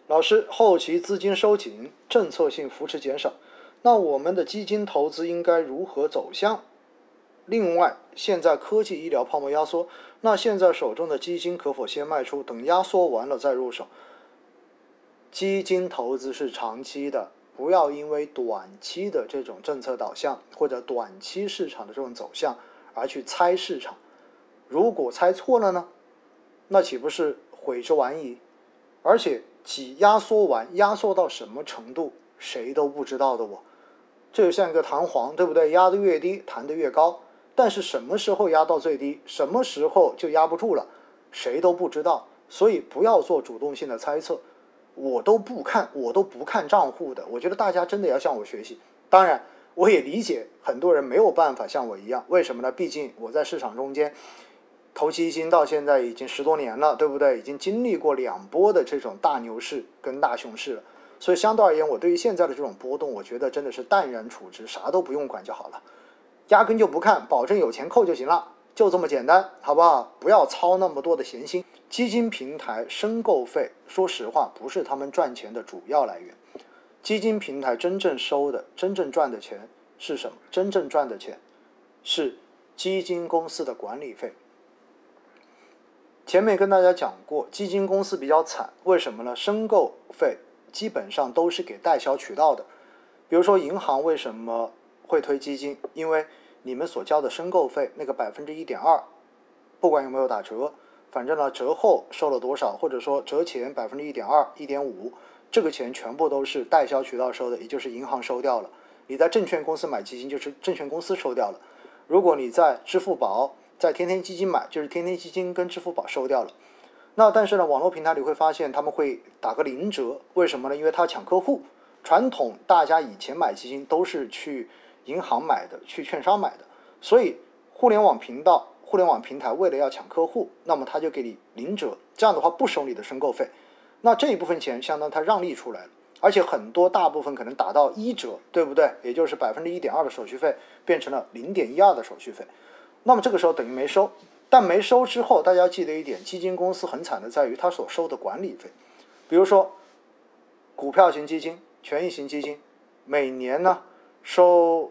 老师，后期资金收紧，政策性扶持减少，那我们的基金投资应该如何走向？另外，现在科技医疗泡沫压缩，那现在手中的基金可否先卖出，等压缩完了再入手？基金投资是长期的，不要因为短期的这种政策导向或者短期市场的这种走向而去猜市场。如果猜错了呢，那岂不是悔之晚矣？而且压缩完，压缩到什么程度，谁都不知道的这就像一个弹簧，对不对？压得越低，弹得越高。但是什么时候压到最低，什么时候就压不住了，谁都不知道。所以不要做主动性的猜测。我都不看账户的。我觉得大家真的要向我学习。当然，我也理解很多人没有办法像我一样，为什么呢？毕竟我在市场中间投基金到现在已经10多年了，对不对？已经经历过2波的这种大牛市跟大熊市了。所以相对而言，我对于现在的这种波动，我觉得真的是淡然处之，啥都不用管就好了，压根就不看，保证有钱扣就行了，就这么简单，好不好？不要操那么多的闲心。基金平台申购费，说实话不是他们赚钱的主要来源。基金平台真正赚的钱是什么？真正赚的钱是基金公司的管理费。前面跟大家讲过，基金公司比较惨，为什么呢？申购费基本上都是给代销渠道的。比如说银行为什么会推基金？因为你们所交的申购费那个1.2%，不管有没有打折，反正呢折后收了多少，或者说折前1.2%、1.5%，这个钱全部都是代销渠道收的，也就是银行收掉了。你在证券公司买基金，就是证券公司收掉了。如果你在支付宝、在天天基金买，就是天天基金跟支付宝收掉了。那但是呢，网络平台你会发现他们会打个0折，为什么呢？因为他抢客户。传统大家以前买基金都是去银行买的，去券商买的，所以互联网平台为了要抢客户，那么他就给你0折，这样的话不收你的申购费。那这一部分钱相当他让利出来了，而且大部分可能打到1折，对不对？也就是1.2%的手续费变成了0.12%的手续费。那么这个时候等于没收，但没收之后，大家记得一点，基金公司很惨的在于它所收的管理费。比如说股票型基金、权益型基金，每年呢收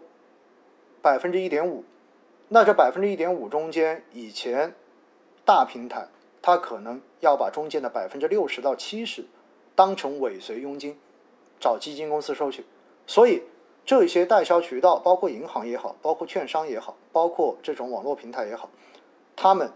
1.5%，那这1.5%中间，以前大平台它可能要把中间的60%到70%当成尾随佣金，找基金公司收取。所以这些代销渠道，包括银行也好，包括券商也好，包括这种网络平台也好，他们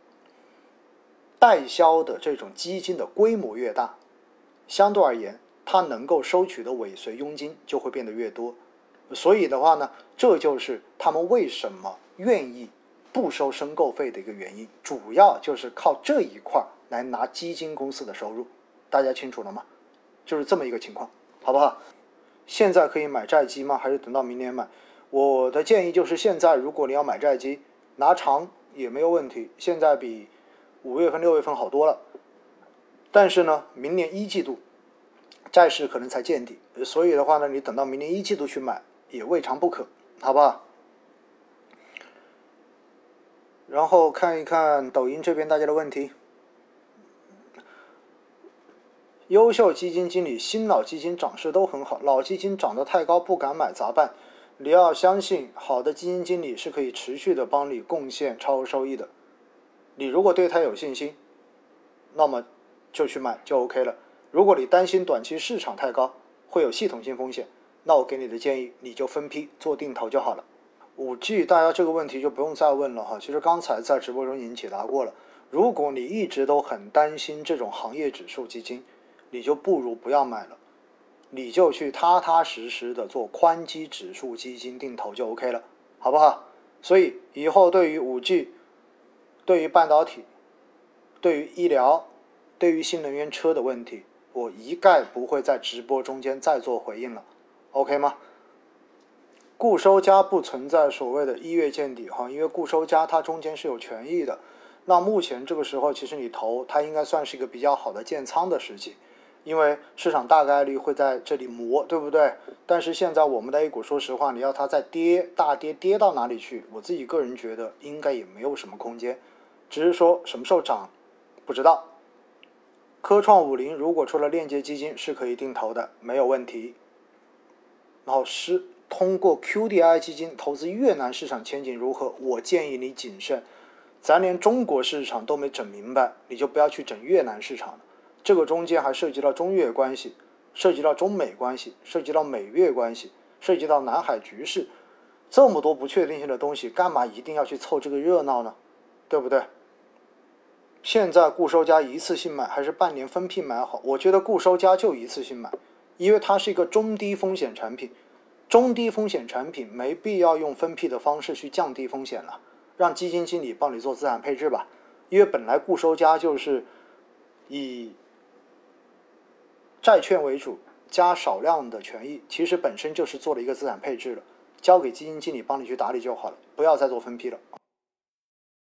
代销的这种基金的规模越大，相对而言，它能够收取的尾随佣金就会变得越多。所以的话呢，这就是他们为什么愿意不收申购费的一个原因，主要就是靠这一块来拿基金公司的收入。大家清楚了吗？就是这么一个情况，好不好？现在可以买债基吗？还是等到明年买？我的建议就是现在，如果你要买债基，拿长也没有问题，现在比5月份、6月份好多了。但是呢，明年1季度债市可能才见底，所以的话呢，你等到明年1季度去买也未尝不可，好不好？然后看一看抖音这边大家的问题。优秀基金经理、新老基金涨势都很好，老基金涨得太高不敢买咋办？你要相信，好的基金经理是可以持续的帮你贡献超额收益的。你如果对他有信心，那么就去买就 OK 了。如果你担心短期市场太高，会有系统性风险，那我给你的建议，你就分批做定投就好了。5G 大家这个问题就不用再问了哈，其实刚才在直播中已经解答过了。如果你一直都很担心这种行业指数基金，你就不如不要买了，你就去踏踏实实的做宽基指数基金定投就 OK 了，好不好？所以以后对于 5G、对于半导体、对于医疗、对于新能源车的问题，我一概不会在直播中间再做回应了 ，OK 吗？固收加不存在所谓的1月见底哈，因为固收加它中间是有权益的。那目前这个时候，其实你投它应该算是一个比较好的建仓的时机，因为市场大概率会在这里磨，对不对？但是现在我们的 A 股，说实话，你要它再大跌到哪里去，我自己个人觉得应该也没有什么空间，只是说什么时候涨不知道。 科创50如果出了链接基金是可以定投的，没有问题。然后通过 QDII 基金投资越南市场前景如何？我建议你谨慎，咱连中国市场都没整明白，你就不要去整越南市场了。这个中间还涉及到中越关系，涉及到中美关系，涉及到美越关系，涉及到南海局势，这么多不确定性的东西，干嘛一定要去凑这个热闹呢？对不对？现在固收加一次性买还是半年分批买好？我觉得固收加就一次性买，因为它是一个中低风险产品，中低风险产品没必要用分批的方式去降低风险了，让基金经理帮你做资产配置吧。因为本来固收加就是以债券为主，加少量的权益，其实本身就是做了一个资产配置了，交给基金经理帮你去打理就好了，不要再做分批了。